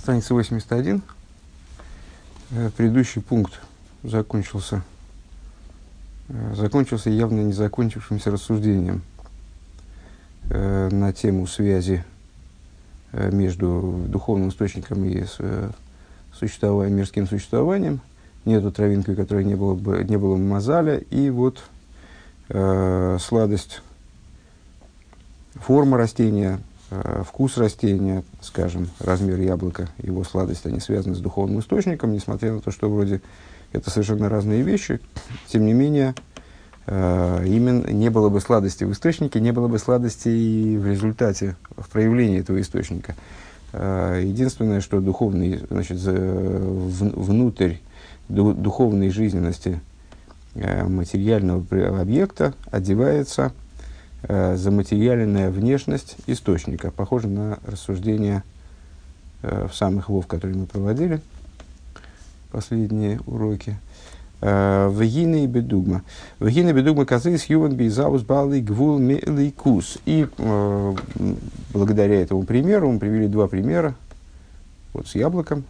Страница 81. Предыдущий пункт закончился явно не закончившимся рассуждением на тему связи между духовным источником и мирским существованием. Нету травинки, у которой не было бы мазаля, и вот сладость, форма растения, вкус растения, скажем, размер яблока, его сладость, они связаны с духовным источником, несмотря на то, что вроде это совершенно разные вещи, тем не менее, именно не было бы сладости в источнике, не было бы сладости и в результате, в проявлении этого источника. Единственное, что духовный, значит, внутрь духовной жизненности материального объекта одевается заматериальная внешность источника. Похоже на рассуждение в самых вов, которые мы проводили, последние уроки. Вегины и бедугма. Вегины и бедугма казыс юван бейзаус балый гвул мелейкус. И благодаря этому примеру мы привели два примера. Вот с яблоком,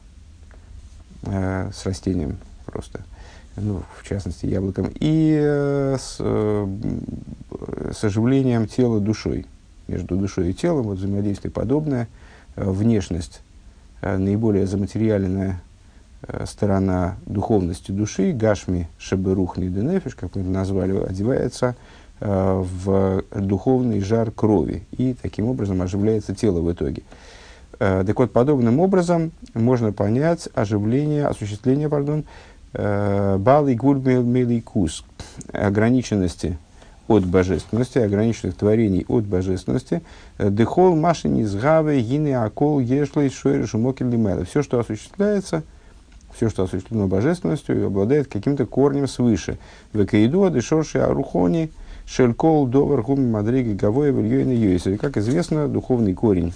с растением просто. В частности, яблоком, и с оживлением тела душой. Между душой и телом вот взаимодействие подобное, внешность, наиболее заматериальная сторона духовности души, гашми шеберухни денефиш, как мы это назвали, одевается в духовный жар крови, и таким образом оживляется тело в итоге. Так вот, подобным образом можно понять осуществление, балы гурмеликус, ограниченности от божественности, ограниченных творений от божественности, дехол машини сгаве гины акол ешлей шойры шумокель лимела. Все, что осуществляется, все, что осуществлено божественностью, обладает каким-то корнем свыше. Векаиду адешорши арухони шелькол довар гуми мадриги гавоя вильёйна юэсер. Как известно, духовный корень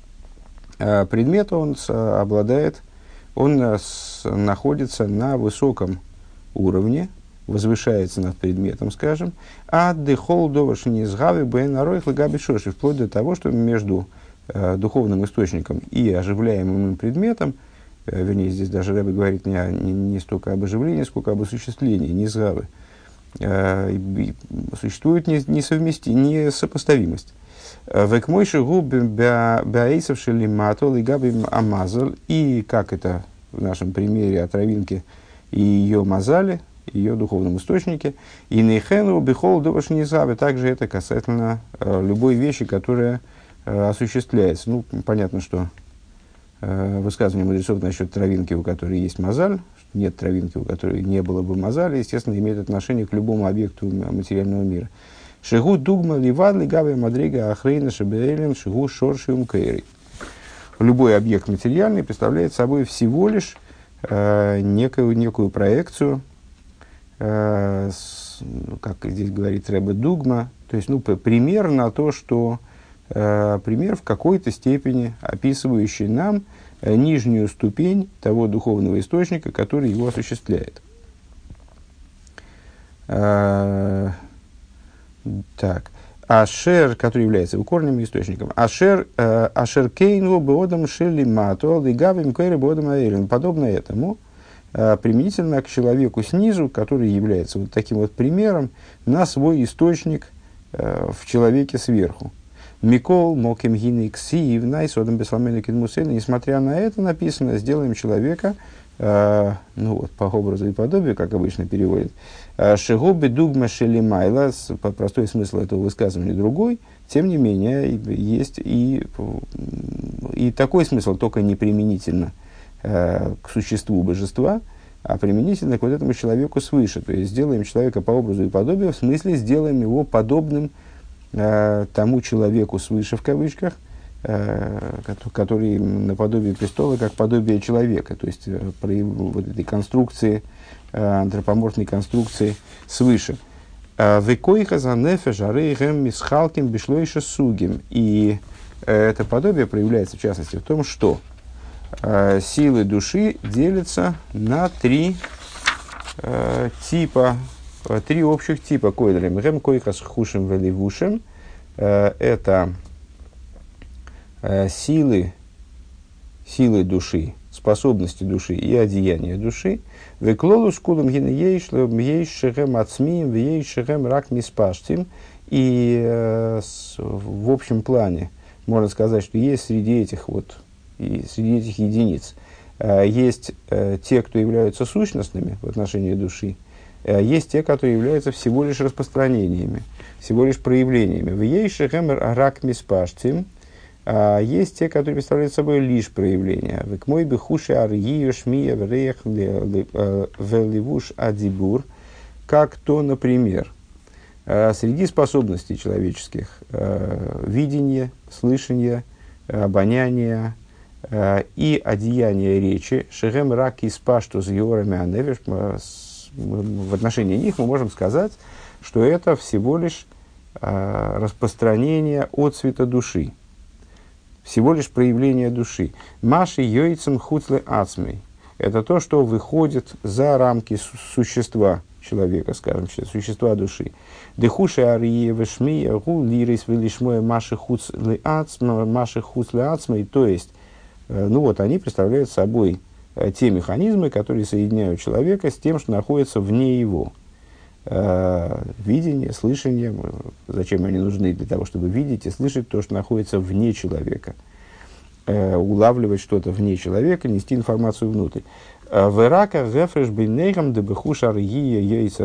предмета он обладает. Он находится на высоком уровне, возвышается над предметом, скажем, а дехол довашни изгави бен аройх лагаби шоши, вплоть до того, что между духовным источником и оживляемым им предметом, вернее, здесь даже Ребе говорит не столько об оживлении, сколько об осуществлении, не изгавы, существует несопоставимость. Векмойши губим бяэйсовши лиматол и габим амазал. И как это в нашем примере о травинке и ее мазале, ее духовном источнике. И нейхену бихол довашни изгавы. Также это касательно любой вещи, которая осуществляется. Понятно, что высказывание мудрецов насчет травинки, у которой есть мазаль, нет травинки, у которой не было бы мазаля, естественно, имеет отношение к любому объекту материального мира. Шигу дугма ливадли гаве мадрига ахрейна шебеэлен шигу шоршиум кейри. Любой объект материальный представляет собой всего лишь некую проекцию, как здесь говорит Ребе, дугма, то есть пример на то, что пример в какой-то степени описывающий нам нижнюю ступень того духовного источника, который его осуществляет. Так. Ашер, который является его корнем и источником. Ашер кейнву беодам шели мату, лигавим кэри беодам аэлен. Подобно этому, применительно к человеку снизу, который является вот таким вот примером на свой источник в человеке сверху. Микол моким гины ксиив найсодам бесламену кидмусейна. Несмотря на это, написано, сделаем человека, по образу и подобию, как обычно переводят, шигоби дугма шелимайла, простой смысл этого высказывания другой, тем не менее, есть и такой смысл, только не применительно к существу божества, а применительно к вот этому человеку свыше. То есть, сделаем человека по образу и подобию, в смысле, сделаем его подобным тому человеку свыше, в кавычках, который наподобие престола, как подобие человека, то есть вот этой конструкции, антропоморфной конструкции свыше. Векойха за нефеш арейхем мисхалким бишлойша сугим. И это подобие проявляется в частности в том, что силы души делятся на три общих типа койдрем. Гем койха с хушем веливушем. Это силы силы души, способности души и одеяния души. Веклолу шкулам гинеейшлем ейшехем ацмием вейшехем рак миспаштим. И в общем плане можно сказать, что есть среди этих единиц есть те, кто являются сущностными в отношении души, есть те, которые являются всего лишь распространениями, всего лишь проявлениями. В ейшехем рак миспаштим. Есть те, которые представляют собой лишь проявления. Век мой бехуши аргию шмия врех веливуш адибур. Как то, например, среди способностей человеческих видение, слышание, обоняние и одеяние речи, шехем рак и спашту с георами аневиш, в отношении них мы можем сказать, что это всего лишь распространение отцвета души, всего лишь проявление души. Маши йойцем хуцле ацмей. Это то, что выходит за рамки существа человека, скажем, существа души. Дехуши арие вешмия гу лирис велишмоя маши хуцле ацмей. То есть, они представляют собой те механизмы, которые соединяют человека с тем, что находится вне его. Видение, слышание. Зачем они нужны? Для того, чтобы видеть и слышать то, что находится вне человека. Улавливать что-то вне человека, нести информацию внутрь. Верака гефреш бинейхам дебехуш аргия йойце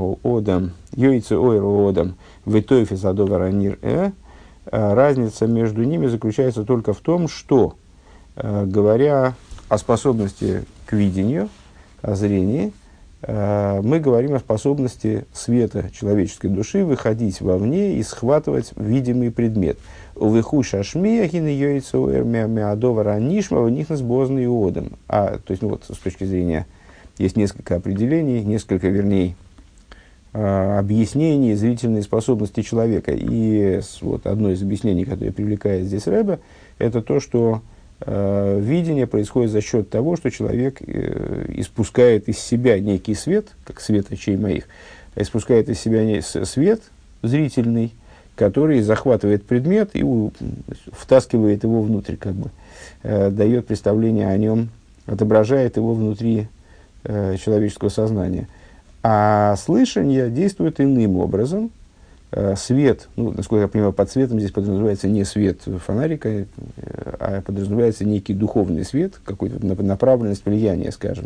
ойр одам витойфи задовар анир. Разница между ними заключается только в том, что, говоря о способности к видению, о зрении, мы говорим о способности света человеческой души выходить вовне и схватывать видимый предмет. Увыхуша шмияхин йойца ойр меадовар анишма в них нас бозный одам. То есть, с точки зрения, есть несколько определений, объяснений зрительной способности человека. И одно из объяснений, которое привлекает здесь Ребе, это то, что видение происходит за счет того, что человек испускает из себя некий свет, как свет очей моих, испускает из себя свет зрительный, который захватывает предмет и втаскивает его внутрь, дает представление о нем, отображает его внутри человеческого сознания. А слышание действует иным образом. Свет, насколько я понимаю, под светом здесь подразумевается не свет фонарика, а подразумевается некий духовный свет, какой-то направленность влияния, скажем.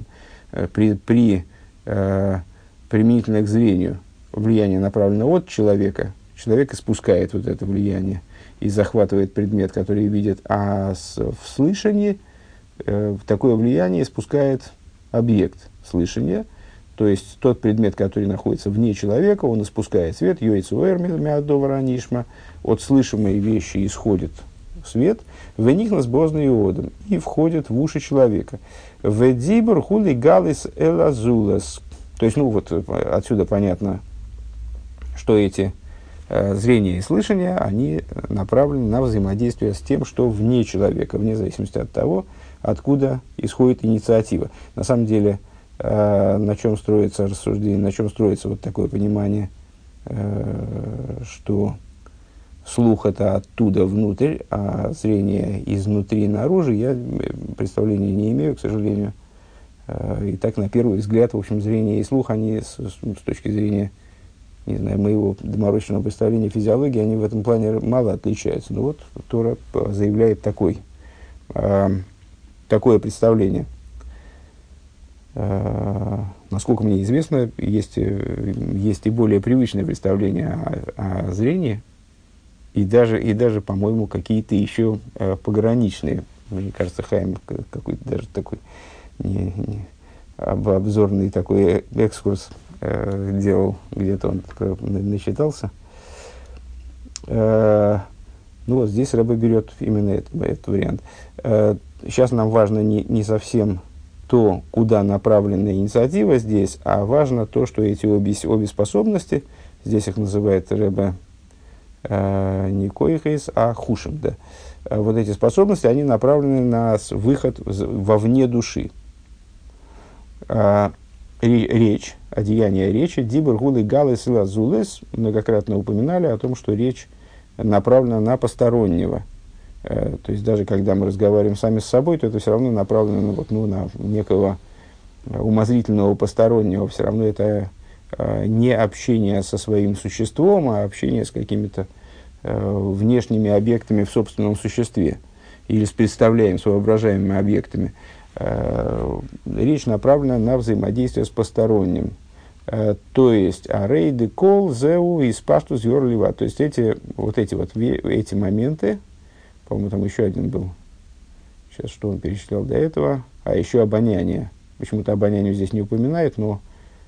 Применительно к зрению влияние направлено от человека, человек испускает это влияние и захватывает предмет, который видит, а в слышании такое влияние испускает объект слышания. То есть, тот предмет, который находится вне человека, он испускает свет, от слышимой вещи исходит свет, в них нас бозный одам, и входит в уши человека. В дибур хули галис элазулас. То есть, отсюда понятно, что эти зрение и слышание, они направлены на взаимодействие с тем, что вне человека, вне зависимости от того, откуда исходит инициатива. На самом деле, на чем строится рассуждение, на чем строится такое понимание, что слух это оттуда внутрь, а зрение изнутри наружу, я представления не имею, к сожалению. И так, на первый взгляд, в общем, зрение и слух, они с точки зрения, не знаю, моего доморощенного представления физиологии, они в этом плане мало отличаются. Но Тора заявляет такое представление. Насколько мне известно, есть и более привычное представление о зрении, и даже, по-моему, какие-то еще пограничные. Мне кажется, Хайм какой-то даже такой обзорный такой экскурс делал, где-то он начитался. Здесь Ребе берет именно этот вариант. Сейчас нам важно не совсем то, куда направлена инициатива здесь, а важно то, что эти обе способности, здесь их называет Ребе не коихейс, а хушим. Да. Эти способности, они направлены на выход вовне души. Речь, одеяние речи, дибур гулы галес лазулес, многократно упоминали о том, что речь направлена на постороннего, То есть даже когда мы разговариваем сами с собой, то это все равно направлено на некого умозрительного постороннего. Все равно это не общение со своим существом, а общение с какими-то внешними объектами в собственном существе или с представляемыми, с воображаемыми объектами. Речь направлена на взаимодействие с посторонним. То есть, арейды кол, зеу и спаштус йорлива. То есть, эти моменты, по-моему, там еще один был. Сейчас, что он перечислял до этого? А еще обоняние. Почему-то обоняние здесь не упоминает, но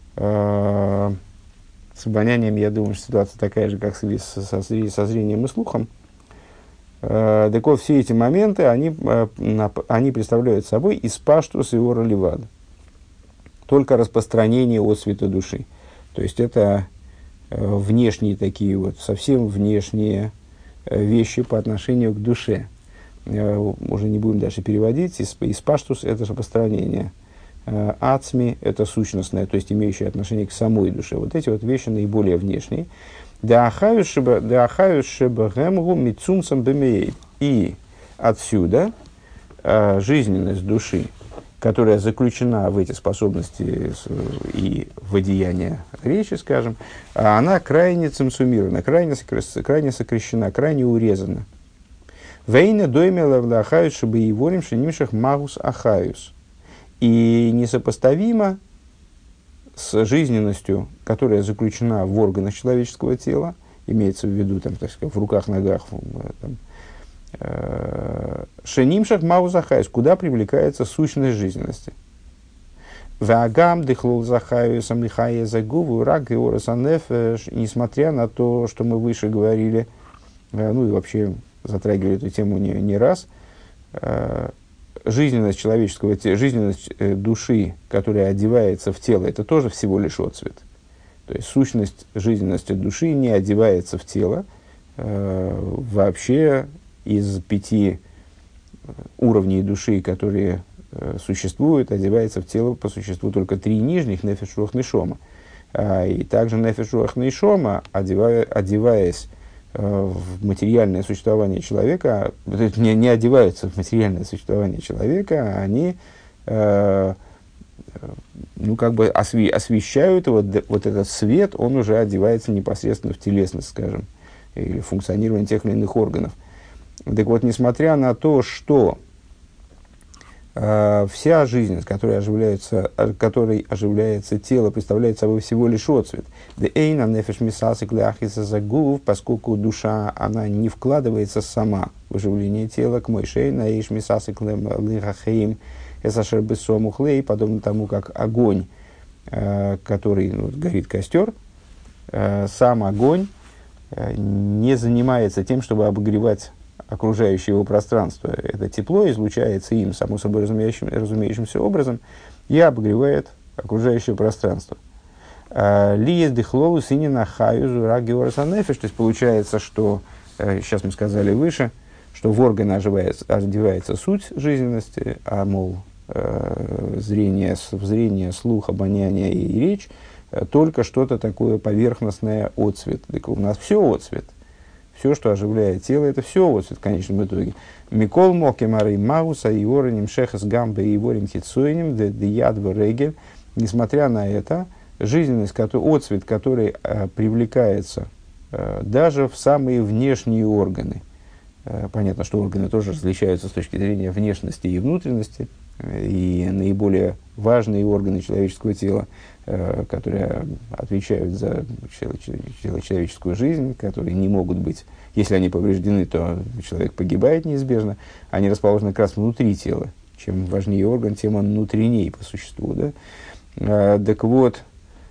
с обонянием, я думаю, что ситуация такая же, как со зрением и слухом. Так вот, все эти моменты, они представляют собой испаштус и ора-ливад. Только распространение отцвета души. То есть, это внешние такие совсем внешние вещи по отношению к душе. Уже не будем дальше переводить. Испаштус – это распространение. Ацми – это сущностное, то есть имеющее отношение к самой душе. Вот эти вещи наиболее внешние. И отсюда жизненность души, которая заключена в эти способности и в одеяние речи, скажем, она крайне цимсумирована, крайне сокращена, крайне урезана. Вейна дойме лавлахаюс шибы еворим шенимших магус ахаюс. И несопоставимо с жизненностью, которая заключена в органах человеческого тела, имеется в виду, там, так сказать, в руках, ногах, шенимшах магус ахаюс, куда привлекается сущность жизненности. Вагам дыхлол захаюс амлихая загуву рак и орасанефеш, несмотря на то, что мы выше говорили, ну и вообще затрагивали эту тему не раз, жизненность человеческого тела, жизненность души, которая одевается в тело, это тоже всего лишь отцвет. То есть сущность жизненности души не одевается в тело. Вообще из 5 уровней души, которые существуют, одевается в тело по существу только 3 нижних, нефеш, руах, нешома. И также нефеш, руах, нешома, одеваясь в материальное существование человека, не одеваются в материальное существование человека, они освещают его, вот этот свет, он уже одевается непосредственно в телесность, скажем, или функционирование тех или иных органов. Так вот, несмотря на то, что вся жизнь, которой оживляется тело, представляет собой всего лишь отцвет. Поскольку душа, она не вкладывается сама в оживление тела, к мойшейна, подобно тому, как огонь, который горит костер, сам огонь не занимается тем, чтобы обогревать окружающее его пространство. Это тепло излучается им, само собой разумеющимся образом, и обогревает окружающее пространство. Лиес дыхлолу синина хаюзу рагиораса нефеш. То есть получается, что, сейчас мы сказали выше, что в органы одевается суть жизненности, а мол, зрение, слух, обоняние и речь только что-то такое поверхностное отцвет. Так у нас все отцвет. Все, что оживляет тело, это все отцвет в конечном итоге. Микол мокемары мауса и ораним шехас гамбе и ворим хитсуиним деядва регель. Несмотря на это, жизненность, отцвет, который привлекается даже в самые внешние органы. Понятно, что органы тоже различаются с точки зрения внешности и внутренности. И наиболее важные органы человеческого тела, которые отвечают за человеческую жизнь, которые не могут быть, если они повреждены, то человек погибает неизбежно, они расположены как раз внутри тела. Чем важнее орган, тем он внутренней по существу. Да? Так вот,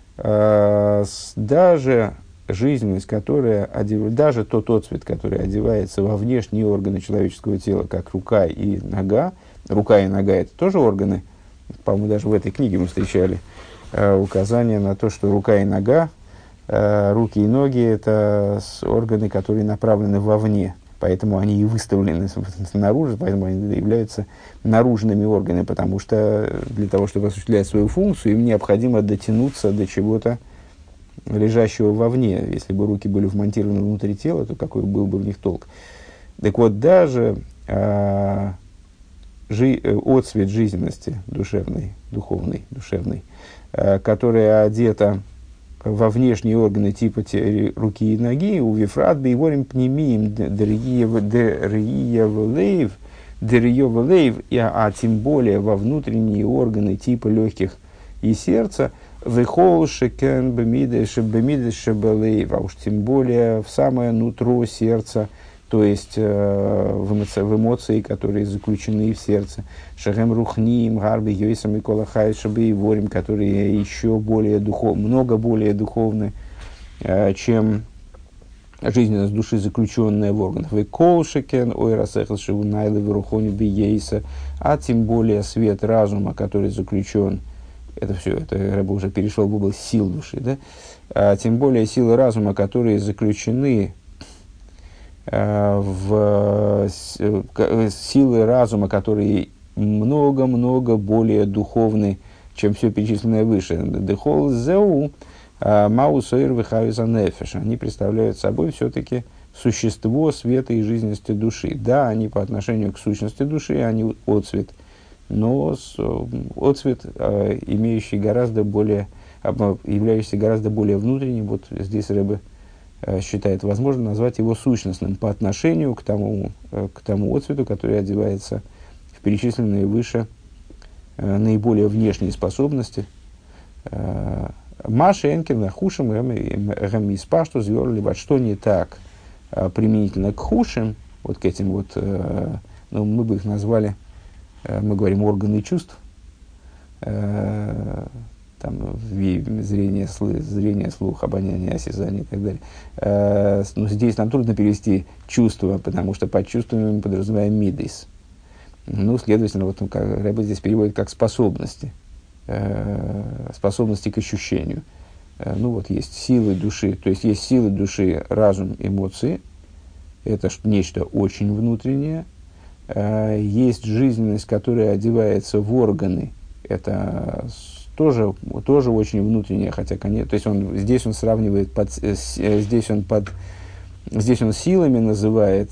даже жизненность, даже тот отцвет, который одевается во внешние органы человеческого тела, как рука и нога, рука и нога – это тоже органы. По-моему, даже в этой книге мы встречали указание на то, что рука и нога, руки и ноги – это органы, которые направлены вовне. Поэтому они и выставлены снаружи, поэтому они являются наружными органами, потому что для того, чтобы осуществлять свою функцию, им необходимо дотянуться до чего-то лежащего вовне. Если бы руки были вмонтированы внутри тела, то какой был бы в них толк? Так вот, даже отцвет жизненности душевной, духовной, душевной, которая одета во внешние органы типа руки и ноги, у вифрат бейворим пнемиим дерьевлейв, а тем более во внутренние органы типа легких и сердца, вехол шекен бемидешебелейв, а уж тем более в самое нутро сердца, то есть в эмоции, которые заключены в сердце. Шагем рухним, гарби, йойсам и колахай, шабы и ворим, которые еще более много более духовны, чем жизненность души, заключенная в органах. Вы колшекен, ой расехал шивунайлы, вырухони биейса, а тем более свет разума, который заключен. Это все, это Рэбе уже перешел в область сил души, да? А тем более силы разума, которые заключены в силы разума, которые много-много более духовны, чем все перечисленное выше. Дехол зеу маусойр вихавиза нефеш. Они представляют собой все-таки существо света и жизненности души. Да, они по отношению к сущности души, они отцвет, но отцвет, имеющий гораздо более, являющийся гораздо более внутренним. Вот здесь Рэбе считает возможно назвать его сущностным по отношению к тому отцвету, который одевается в перечисленные выше наиболее внешние способности. Маша Энкин нахушим гамиспашту зверли, что не так применительно к хушим, вот к этим вот, ну, мы бы их назвали, мы говорим органы чувств, там, зрение, слух, обоняние, осязание и так далее. Но здесь нам трудно перевести чувство, потому что под чувствами мы подразумеваем мидейс. Ну, следовательно, вот Рэбе здесь переводит как способности, способности к ощущению. Ну, вот есть силы души, то есть есть силы души, разум, эмоции. Это нечто очень внутреннее. Есть жизненность, которая одевается в органы. Это тоже очень внутреннее, хотя, конечно, то есть здесь он сравнивает, здесь он силами называет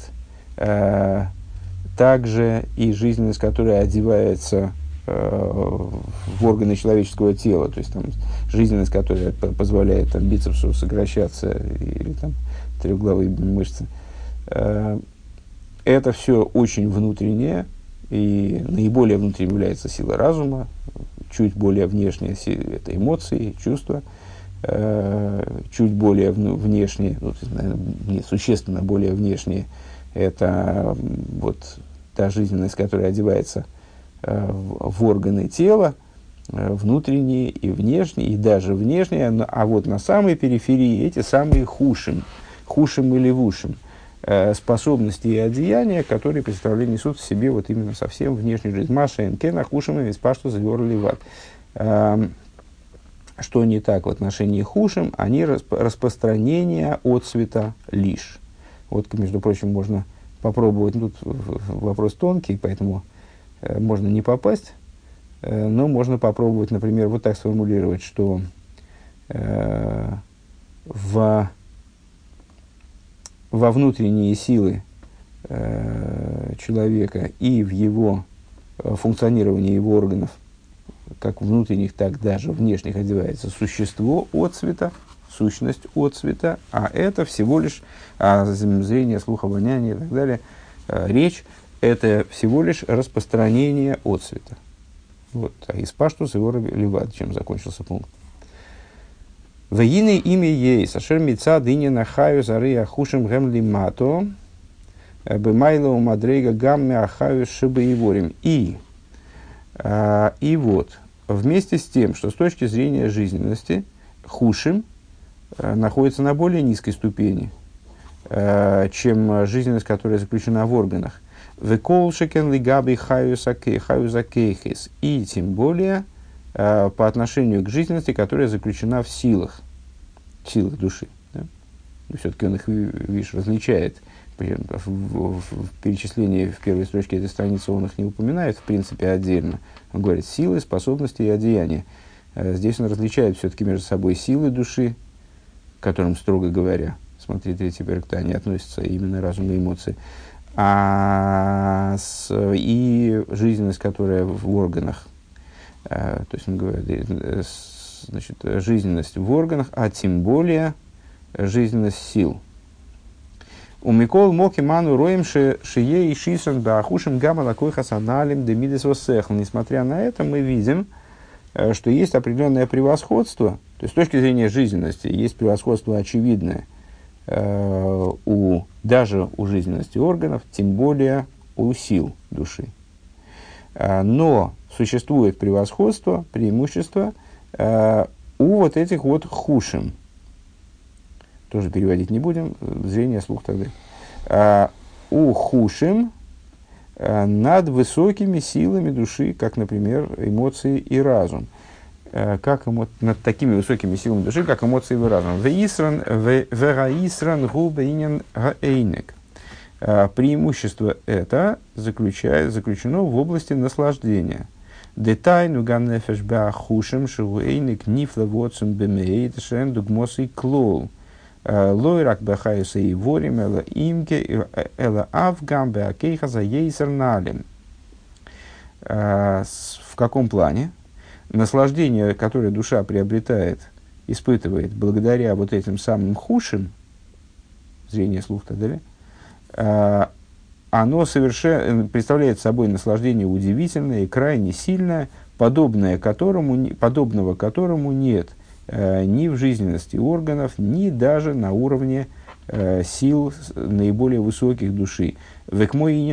также и жизненность, которая одевается в органы человеческого тела, то есть там жизненность, которая позволяет там, бицепсу сокращаться или там трехглавые мышцы. Это все очень внутреннее, и наиболее внутренней является сила разума, чуть более внешняя сила – это эмоции, чувства, чуть более внешние, ну, наверное, существенно более внешние – это вот та жизненность, которая одевается в органы тела, внутренние и внешние, и даже внешние, а вот на самой периферии эти самые хушим или вушим, способности и одеяния, которые несут в себе вот именно совсем внешнюю жизнь. Маша энкен хушим и виспашту заверли ват. Что не так в отношении хушим, они распространение отцвета лишь. Вот, между прочим, можно попробовать, тут вопрос тонкий, поэтому можно не попасть, но можно попробовать, например, вот так сформулировать, что во внутренние силы человека и в его функционировании его органов, как внутренних, так даже внешних, одевается существо отцвета, сущность отцвета, а это всего лишь зрение, слух, обоняние и так далее, речь, это всего лишь распространение отцвета. Вот. А из паштус его ливад, чем закончился пункт. Ваины имя ей, сашер мица дыня нахаю зары ахушим гэм лимато, бэмайла у мадрейга гамме ахаю шибы и ворим. И вот, вместе с тем, что с точки зрения жизненности, хушим находится на более низкой ступени, чем жизненность, которая заключена в органах. Веколшекен лигаби хаюзакейхис. И тем более по отношению к жизненности, которая заключена в силах души. Да? И все-таки он их, видишь, различает. В перечислении в первой строчке этой страницы он их не упоминает, в принципе, отдельно. Он говорит силы, способности и одеяния. Здесь он различает все-таки между собой силы души, к которым, строго говоря, смотри, третий перек, они относятся именно разум и эмоции, и жизненность, которая в органах. То есть он говорит, значит, жизненность в органах, а тем более жизненность сил. У Микол Моки Ману роем шие и шисан бахушим гамма лакой хасаналим демидес восехл. Несмотря на это, мы видим, что есть определенное превосходство, то есть с точки зрения жизненности есть превосходство очевидное даже у жизненности органов, тем более у сил души. Но существует превосходство, преимущество у вот этих вот хушим. Тоже переводить не будем, зрение, слух тогда. У хушим над высокими силами души, как, например, эмоции и разум. Над такими высокими силами души, как эмоции и разум. Преимущество это заключено в области наслаждения. Детайну ганнефеш бахушим шигуэйник нифлавоцум бемейт шен дугмосый клол. Лойрак бахайса и ворим эла имке эла авгам беакейха за ейсерналем. В каком плане? Наслаждение, которое душа приобретает, испытывает благодаря вот этим самым хушим, зрение, слух и так далее, оно представляет собой наслаждение удивительное и крайне сильное, подобного которому нет ни в жизненности органов, ни даже на уровне сил наиболее высоких души. Как,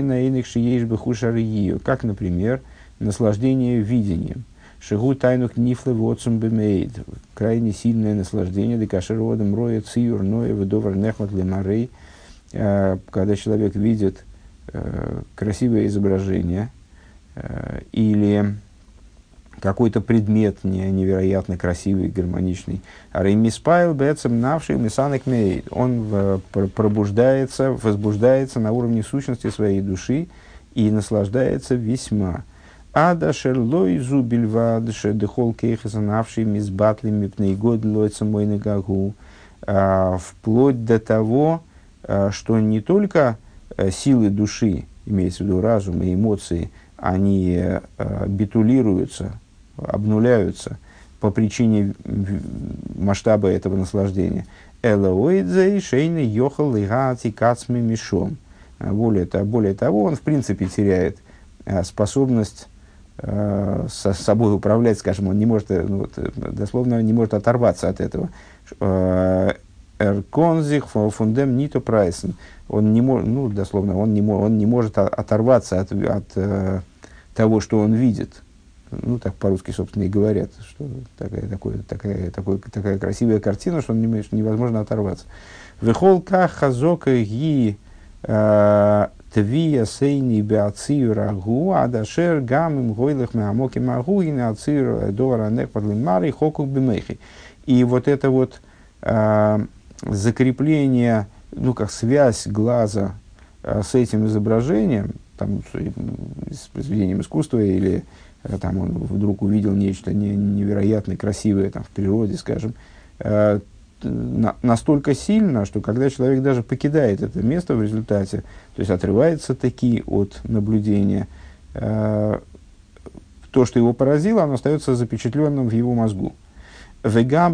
например, наслаждение видением. Шигу тайнух нифлы вотсум бемейд. Крайне сильное наслаждение. Декашеродом роя циюр ноя ведовар нехмат лемарей. Когда человек видит красивое изображение или какой-то предмет невероятно красивый, гармоничный. Ремиспайл бэцэм навший мисанек мейд. Он пробуждается, возбуждается на уровне сущности своей души и наслаждается весьма. Ада шерлой зубильвад шедехол кейхаса навший мисбатли мипней год лойца мой нагагу. Вплоть до того, что не только силы души, имеется в виду разум и эмоции, они битулируются, обнуляются по причине масштаба этого наслаждения. Элоидзей шейны йохал лигати кацми мишом. Более того, он в принципе теряет способность со собой управлять, скажем, он не может, дословно не может оторваться от этого. Эрконзих фундем нито прайсен. Он не может, дословно, он не может оторваться от того, что он видит. Так по-русски, собственно, и говорят, что такая красивая картина, что невозможно оторваться. Вехолка хазока ги твия сейни беацию рагу, адашер гамим гойлых меамоки магу, и неацию довара некпадлимари хокук бемехи. И вот это вот закрепление, как связь глаза с этим изображением, там, с произведением искусства, или там он вдруг увидел нечто невероятно красивое там, в природе, скажем, настолько сильно, что когда человек даже покидает это место в результате, то есть отрывается таки от наблюдения, то, что его поразило, оно остается запечатленным в его мозгу. И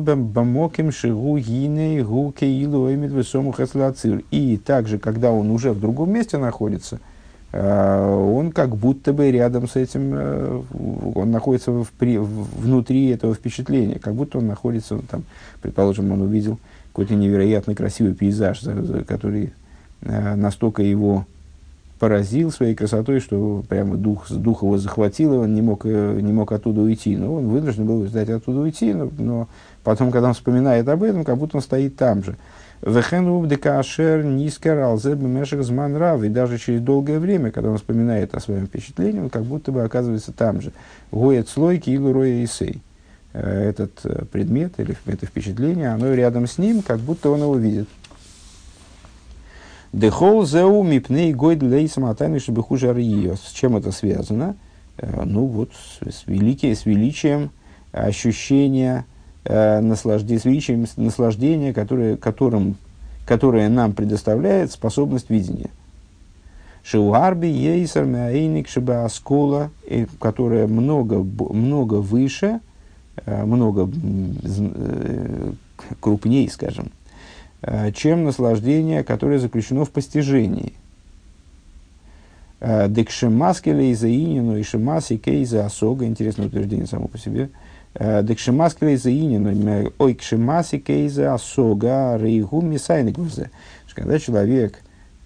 также, когда он уже в другом месте находится, он как будто бы рядом с этим, он находится внутри этого впечатления, как будто он находится там, предположим, он увидел какой-то невероятно красивый пейзаж, который настолько его поразил своей красотой, что прямо дух его захватил, и он не мог оттуда уйти. Но он вынужден был ждать оттуда уйти, но потом, когда он вспоминает об этом, как будто он стоит там же. И даже через долгое время, когда он вспоминает о своем впечатлении, он как будто бы оказывается там же. Гоет слойки или роя исей. Этот предмет или это впечатление, оно рядом с ним, как будто он его видит. Дехол зеу мипней гойд лейсам атайны шебеху жариё. С чем это связано? С величием ощущения, наслаждения, которое нам предоставляет способность видения. Шиуарби ейсер мяйник шибааскола, которая много выше, много крупней, скажем, чем наслаждение, которое заключено в постижении. Декшемаскелей за инину и шемаси кейза осога. Интересное утверждение само по себе. Декшемаскелей за инину, ой, кшемаси кейза осога, рейгу мисайник взе. Когда человек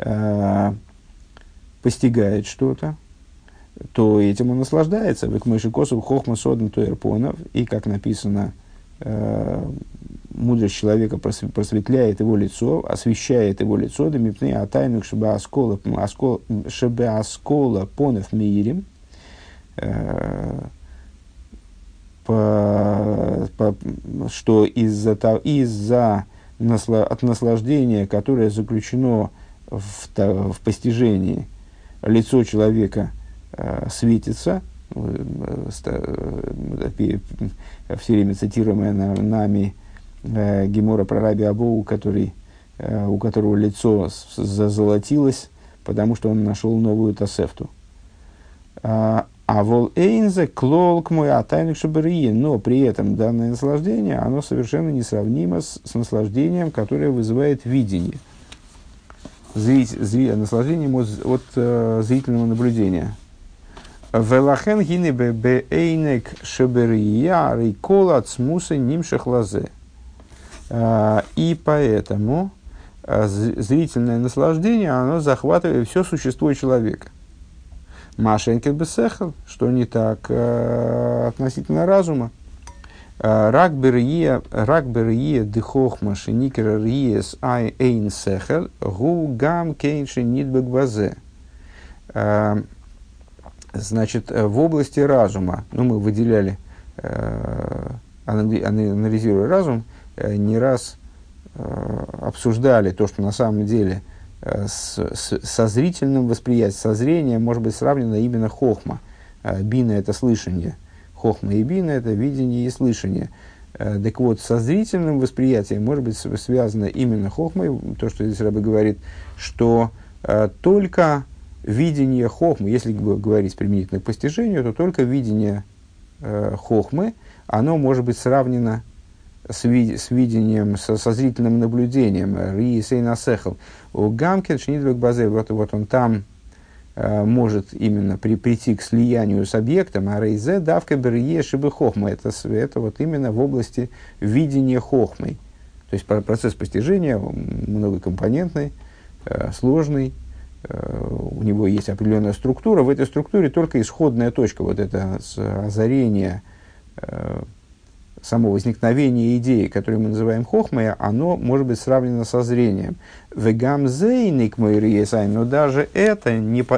постигает что-то, то этим он наслаждается. Век мыши косов хохма соден туэрпонов. И, как написано, мудрость человека просветляет его лицо, освещает его лицо, да мипны атайнук шебеаскола понов мирим, что от наслаждения, которое заключено в постижении, лицо человека светится. Все время цитируемая нами Гемора про Раби Абоу, у которого лицо зазолотилось, потому что он нашел новую тосефту. А вол эйнзе клолк мой атайник шабарии, но при этом данное наслаждение, оно совершенно несравнимо с наслаждением, которое вызывает видение. Наслаждением от зрительного наблюдения. Велахен гине бэйнек шабария рейкола цмуса нимшах лазе. И поэтому зрительное наслаждение, оно захватывает все существо человека. Машенкет бесехал, что не так относительно разума. Рак берие дыхохма шеникера риес ай эйн сехал гу гам кейнши нидбек базе. Значит, в области разума, мы выделяли, анализируя разум, не раз обсуждали то, что на самом деле со зрительным восприятием, со зрением может быть сравнено именно хохма. Бина – это слышание. Хохма и бина – это видение и слышание. Так вот, со зрительным восприятием может быть связано именно хохмой, то, что здесь Рабби говорит, что только видение хохмы, если говорить применительно к постижению, то только видение хохмы, оно может быть сравнено с видением, со зрительным наблюдением. Ри сейна сехал. У Гамкин шнидвек базе, вот он там может именно прийти к слиянию с объектом, а рейзе давка берие шибы хохма. Это вот именно в области видения хохмой. То есть процесс постижения многокомпонентный, сложный. У него есть определенная структура. В этой структуре только исходная точка, вот это озарение, само возникновение идеи, которую мы называем хохмой, оно может быть сравнено со зрением. Но даже это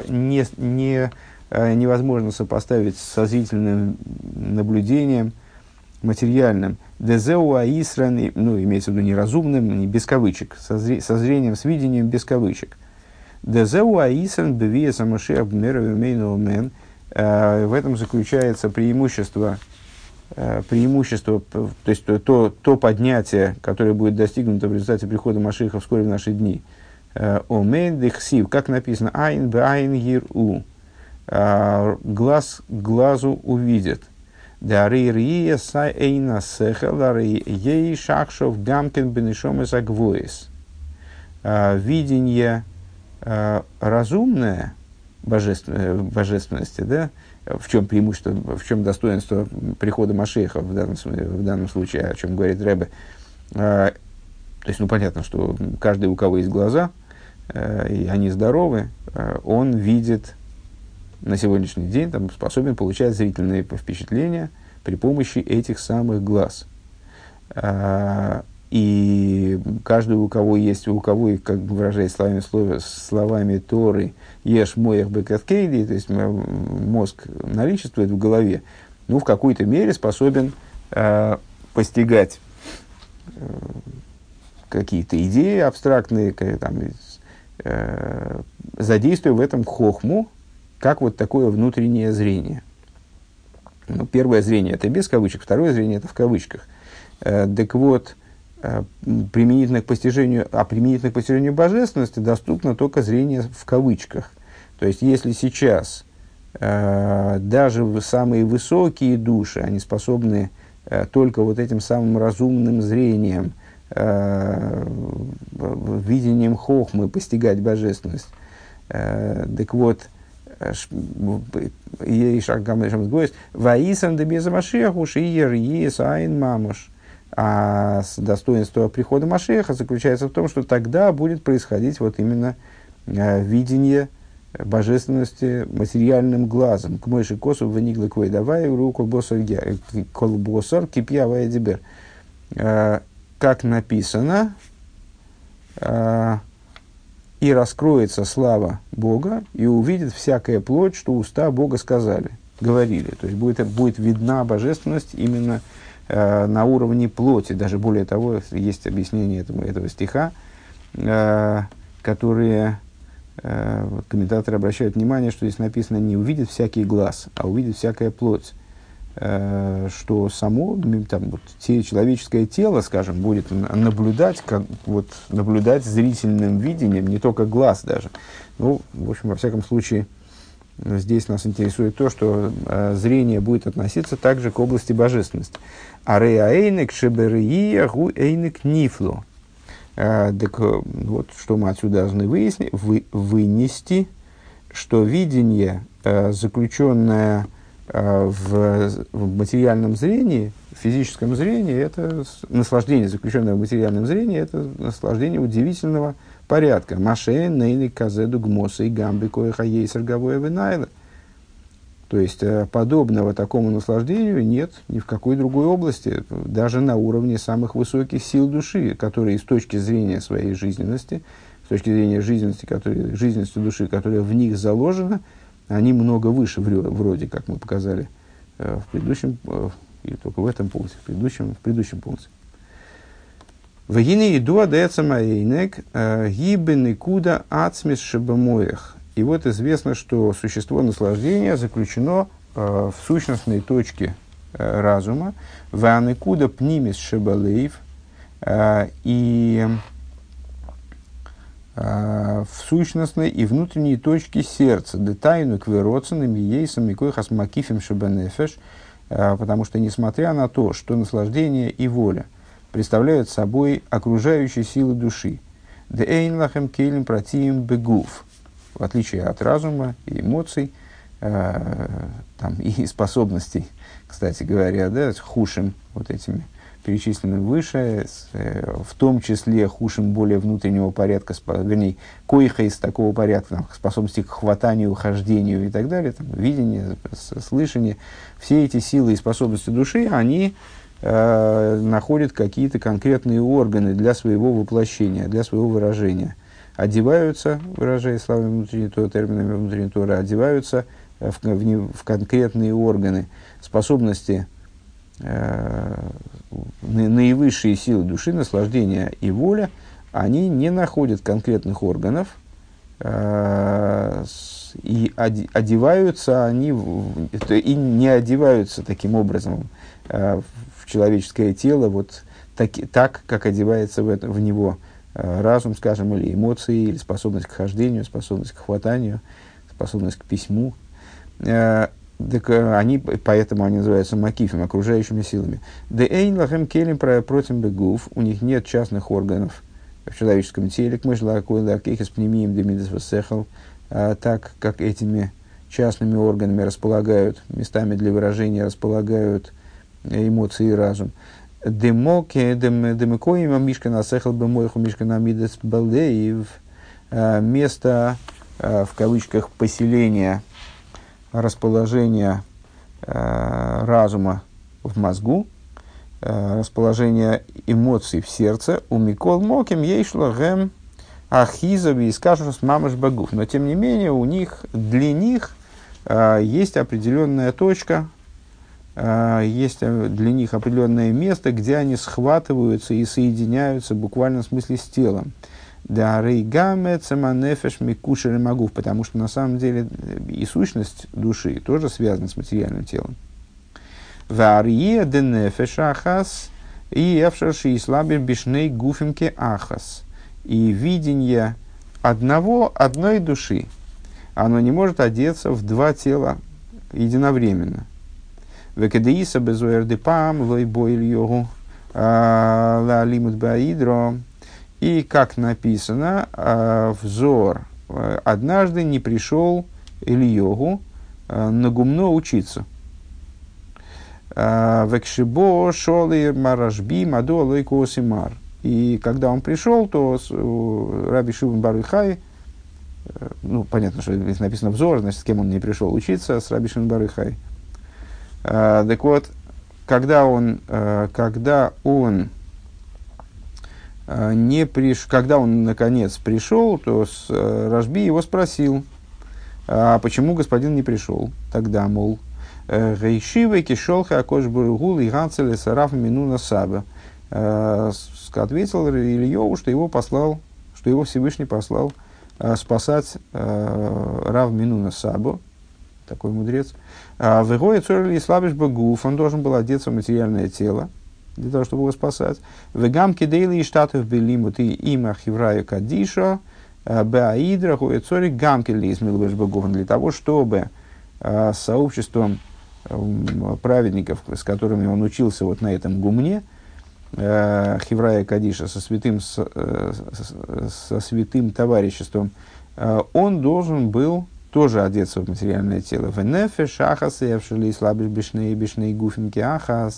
невозможно сопоставить со зрительным наблюдением материальным. Дезеу аисран, имеется в виду неразумным, не без кавычек, со зрением, с видением без кавычек. Дезеу аисран бевия самашех бмеровимейну мен. В этом заключается преимущество, то есть то поднятие, которое будет достигнуто в результате прихода Машиаха вскоре в наши дни. Омен дехсив, как написано, айн бе айн гир у, глаз к глазу увидит. Дары рие сай эйна сехал, дары ей шахшов гамкен бенешом и загвоис. Видение разумное божественности, да? В чем преимущество, в чем достоинство прихода Машиаха в данном случае, о чем говорит Ребе. То есть, понятно, что каждый, у кого есть глаза, и они здоровы, он видит на сегодняшний день, способен получать зрительные впечатления при помощи этих самых глаз. И каждый, у кого, как выражаясь словами Торы, ешь моях бекаткейди, то есть мозг наличествует в голове, в какой-то мере способен постигать какие-то идеи абстрактные, задействуя в этом хохму, как вот такое внутреннее зрение. Первое зрение – это без кавычек, второе зрение – это в кавычках. Так вот, применительно к постижению божественности доступно только зрение в кавычках. То есть, если сейчас даже самые высокие души, они способны только вот этим самым разумным зрением, видением хохмы постигать божественность. Так вот, «Ваисам дебеза Машеху шиер ес айн мамуш». А достоинство прихода Машеха заключается в том, что тогда будет происходить вот именно видение божественности материальным глазом. К мойши косу ваниглы квей давай руку колбосар кипья ваядибер. Как написано, и раскроется слава Бога, и увидит всякая плоть, что уста Бога говорили. То есть будет видна божественность именно на уровне плоти. Даже более того, есть объяснение этого стиха, которые комментаторы обращают внимание, что здесь написано не увидит всякий глаз, а увидит всякая плоть. Что само человеческое тело, скажем, будет наблюдать зрительным видением, не только глаз даже. Ну, в общем, во всяком случае, здесь нас интересует то, что зрение будет относиться также к области божественности. Ареаэйнек шеберия гу эйнек нифло. Так вот, что мы отсюда должны вынести, что видение, заключенное в материальном зрении, в физическом зрении, это наслаждение, заключенное в материальном зрении, это наслаждение удивительного порядка. Маше, нейли, казеду, гмоса и гамби, коеха, ейсер, гавоя, винайла. То есть, подобного такому наслаждению нет ни в какой другой области, даже на уровне самых высоких сил души, которые с точки зрения своей жизненности, с точки зрения жизненности души, которая в них заложена, они много выше, вроде как мы показали в предыдущем, или только в этом пункте, в предыдущем пункте. «Вагины иду адается маэйнек гибен и куда ацмис шебамоях». И вот известно, что существо наслаждения заключено в сущностной точке разума, «ванекуда пнимис шебалеев», и в сущностной и внутренней точке сердца, детайну квероценым ейсом и койхас макифим шебанефеш, потому что, несмотря на то, что наслаждение и воля представляют собой окружающие силы души, деэйнлахем кейлем протиим бегуф, в отличие от разума и эмоций, и способностей, кстати говоря, хушим вот этими перечисленным выше, в том числе хушим более внутреннего порядка, вернее, коиха из такого порядка, способности к хватанию, хождению и так далее, видение, слышание, все эти силы и способности души, они находят какие-то конкретные органы для своего воплощения, для своего выражения. Одеваются, выражая словами внутренней Торы, терминами внутренней Торы, одеваются в конкретные органы, способности, наивысшие силы души, наслаждение и воля, они не находят конкретных органов, и одеваются они, и не одеваются таким образом в человеческое тело, так как одевается в него разум, скажем, или эмоции, или способность к хождению, способность к хватанию, способность к письму. Поэтому они называются макифим, окружающими силами. Деэйн лахем келем против бегуф, у них нет частных органов в человеческом теле, так как этими частными органами располагают, местами для выражения располагают эмоции и разум. Место, в кавычках, поселения, расположение разума в мозгу, расположение эмоций в сердце, у Микол Моким ейшло гэм ахизови и скажут мамаш багуф. Но тем не менее, для них есть определенная точка, есть для них определенное место, где они схватываются и соединяются буквально в смысле с телом. Да рейгаме цеманефеш микушер магуф, потому что на самом деле и сущность души тоже связана с материальным телом. Варье денефеш ахас и эфшерши и слабер бишней гуфимке ахас. И видение одной души оно не может одеться в два тела единовременно. Векедеиса безуэрдепам лойбойль йогу лалимут баидро. И, как написано, взор однажды не пришел Ильёгу на гумно учиться. Векшибо шолы маражби мадо лойкосимар. И когда он пришел, то Раби Шимон бар Йохай, ну, понятно, что здесь написано взор, значит, с кем он не пришел учиться, с Раби Шимон бар Йохай. Так вот, когда он наконец пришел, то Рашби его спросил, а почему господин не пришел? Тогда, мол, Гейшивы кишолха акош бургул и ганцеле сараф минуна саба. Ответил Ильёву, что его Всевышний послал спасать Рав Минуна Сабу, такой мудрец. В Игое Цорли Слабиш Багуф, он должен был одеться в материальное тело, для того, чтобы его спасать. В Гамке Дейли и Штатов Белимут и Има Хиврая Кадиша, Баидра, Хуэцори, Гамке Лизмилбеш Багуф, для того, чтобы сообществом праведников, с которыми он учился вот на этом гумне, Хиврая Кадиша, со святым товариществом, он должен был тоже одеться в материальное тело. Венефе шахас евшили слабиш бишней гуфинки ахас.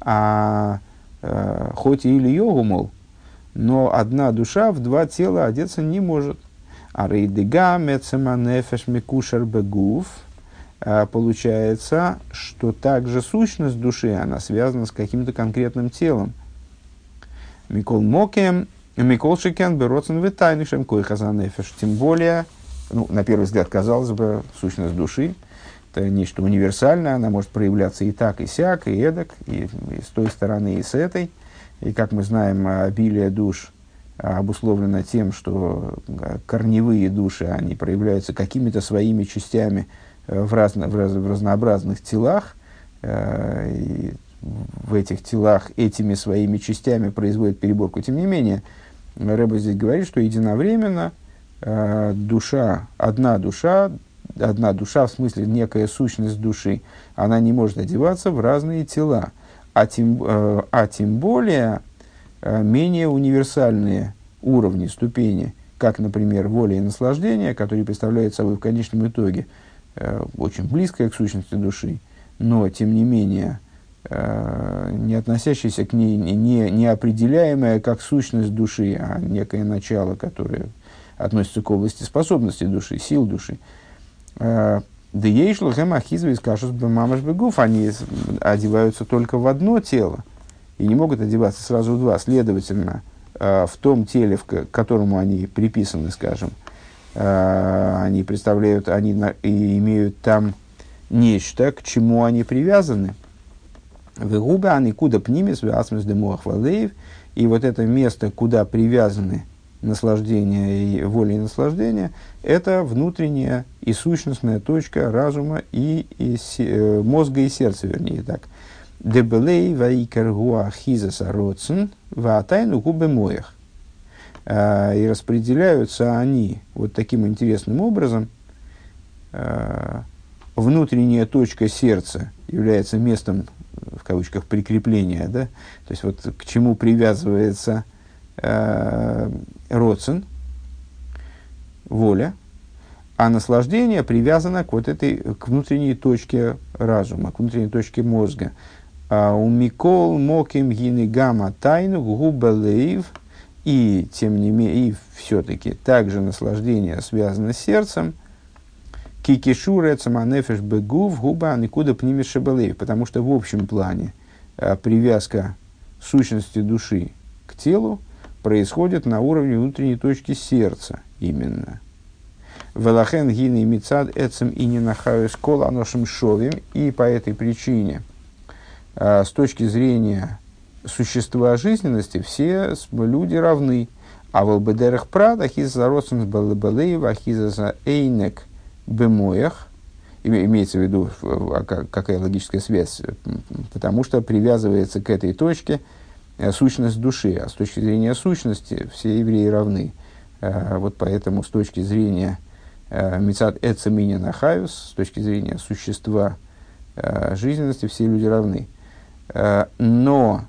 Хоть и Ильёгу, мол, но одна душа в два тела одеться не может. А рейдега мецема нефеш мекушер бегуф. Получается, что также сущность души, она связана с каким-то конкретным телом. Микол мокем, микол шикен бероцен витайнишем кой хазанефеш. Тем более, ну, на первый взгляд, казалось бы, сущность души – это нечто универсальное, она может проявляться и так, и сяк, и эдак, и с той стороны, и с этой. И, как мы знаем, обилие душ обусловлено тем, что корневые души, они проявляются какими-то своими частями в разнообразных телах, и в этих телах этими своими частями производят переборку. Тем не менее, Рэбе здесь говорит, что единовременно одна душа, в смысле некая сущность души, она не может одеваться в разные тела, а тем более менее универсальные уровни, ступени, как, например, воля и наслаждение, которые представляют собой в конечном итоге очень близкое к сущности души, но, тем не менее, не относящееся к ней, не определяемое как сущность души, а некое начало, которое относится к области способностей души, сил души. Они одеваются только в одно тело и не могут одеваться сразу в два. Следовательно, в том теле, к которому они приписаны, скажем, они представляют, они имеют там нечто, к чему они привязаны. И вот это место, куда привязаны наслаждение и воля и наслаждение, это внутренняя и сущностная точка разума и мозга и сердца, вернее так. Дебелей ваикар гуахизаса родсен ваатайну губе моях. И распределяются они вот таким интересным образом. Внутренняя точка сердца является местом, в кавычках, прикрепления, да? То есть вот к чему привязывается родсен, воля, а наслаждение привязано к к внутренней точке разума, к внутренней точке мозга. У микол моким гины гамма тайну губалеев, и тем не менее, и все-таки также наслаждение связано с сердцем. Кикишуре цаманефеш бегув губа никуда пнимешебалеев, потому что в общем плане привязка сущности души к телу происходит на уровне внутренней точки сердца именно. Велахен гины мицад эцем и не нахаюс кол аношим шовим, и по этой причине с точки зрения существа жизненности все люди равны. А в албедерах прад ахиза родсен балабалеев ахиза эйнек бемоях, имеется в виду, какая логическая связь, потому что привязывается к этой точке сущность души, а с точки зрения сущности все евреи равны. Вот поэтому с точки зрения Мицат эцеминин ахаюс, с точки зрения существа жизненности, все люди равны. Но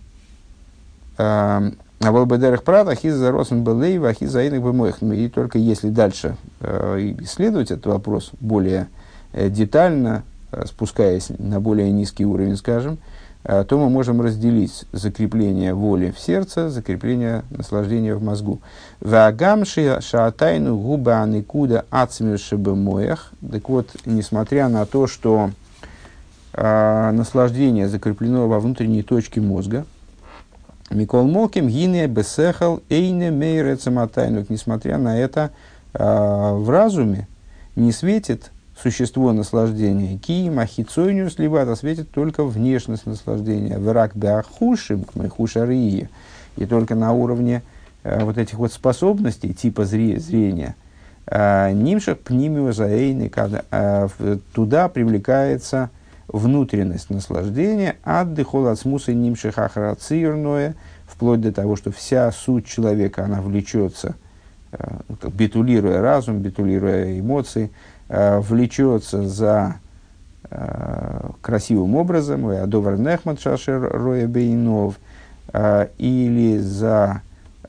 Волбедерах Прата, Хиза Росен Белейва, Хиза Иных Бемоих. И только если дальше исследовать этот вопрос более детально, спускаясь на более низкий уровень, скажем, то мы можем разделить закрепление воли в сердце, закрепление наслаждения в мозгу. Ваагамши шаатайну губа аникуда ацмюшебемоях. Так вот, несмотря на то, что наслаждение закреплено во внутренней точке мозга, Микол Молким, Гине, Бесехал, Эйне, Мейре, Цаматайнук. Несмотря на это, в разуме не светит существо наслаждения. Ки, Махицойнюс, либо это светит только внешность наслаждения. Враг Беахушим, Махушарии. И только на уровне вот этих вот способностей, типа зрения, Нимшах, Пнимио, Заэйны, туда привлекается внутренность наслаждения, отдыхол от смуса нимших ахрацирное, вплоть до того, что вся суть человека, она влечется, битулируя разум, битулируя эмоции, влечется за красивым образом, адовар нехмат шашер роя бейнов, или за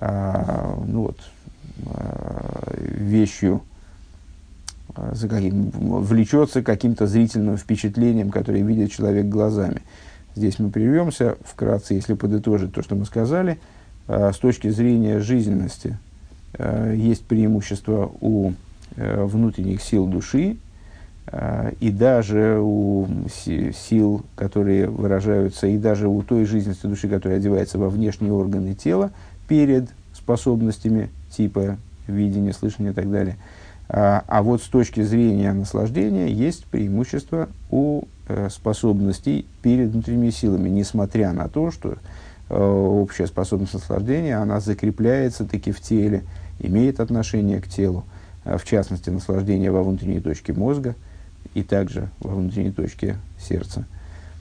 вещью, влечется каким-то зрительным впечатлением, которое видит человек глазами. Здесь мы прервемся. Вкратце, если подытожить то, что мы сказали, с точки зрения жизненности есть преимущество у внутренних сил души и даже у сил, которые выражаются, и даже у той жизненности души, которая одевается во внешние органы тела перед способностями типа видения, слышания и так далее. А вот с точки зрения наслаждения есть преимущество у способностей перед внутренними силами, несмотря на то, что общая способность наслаждения, она закрепляется таки в теле, имеет отношение к телу, в частности, наслаждение во внутренней точке мозга и также во внутренней точке сердца.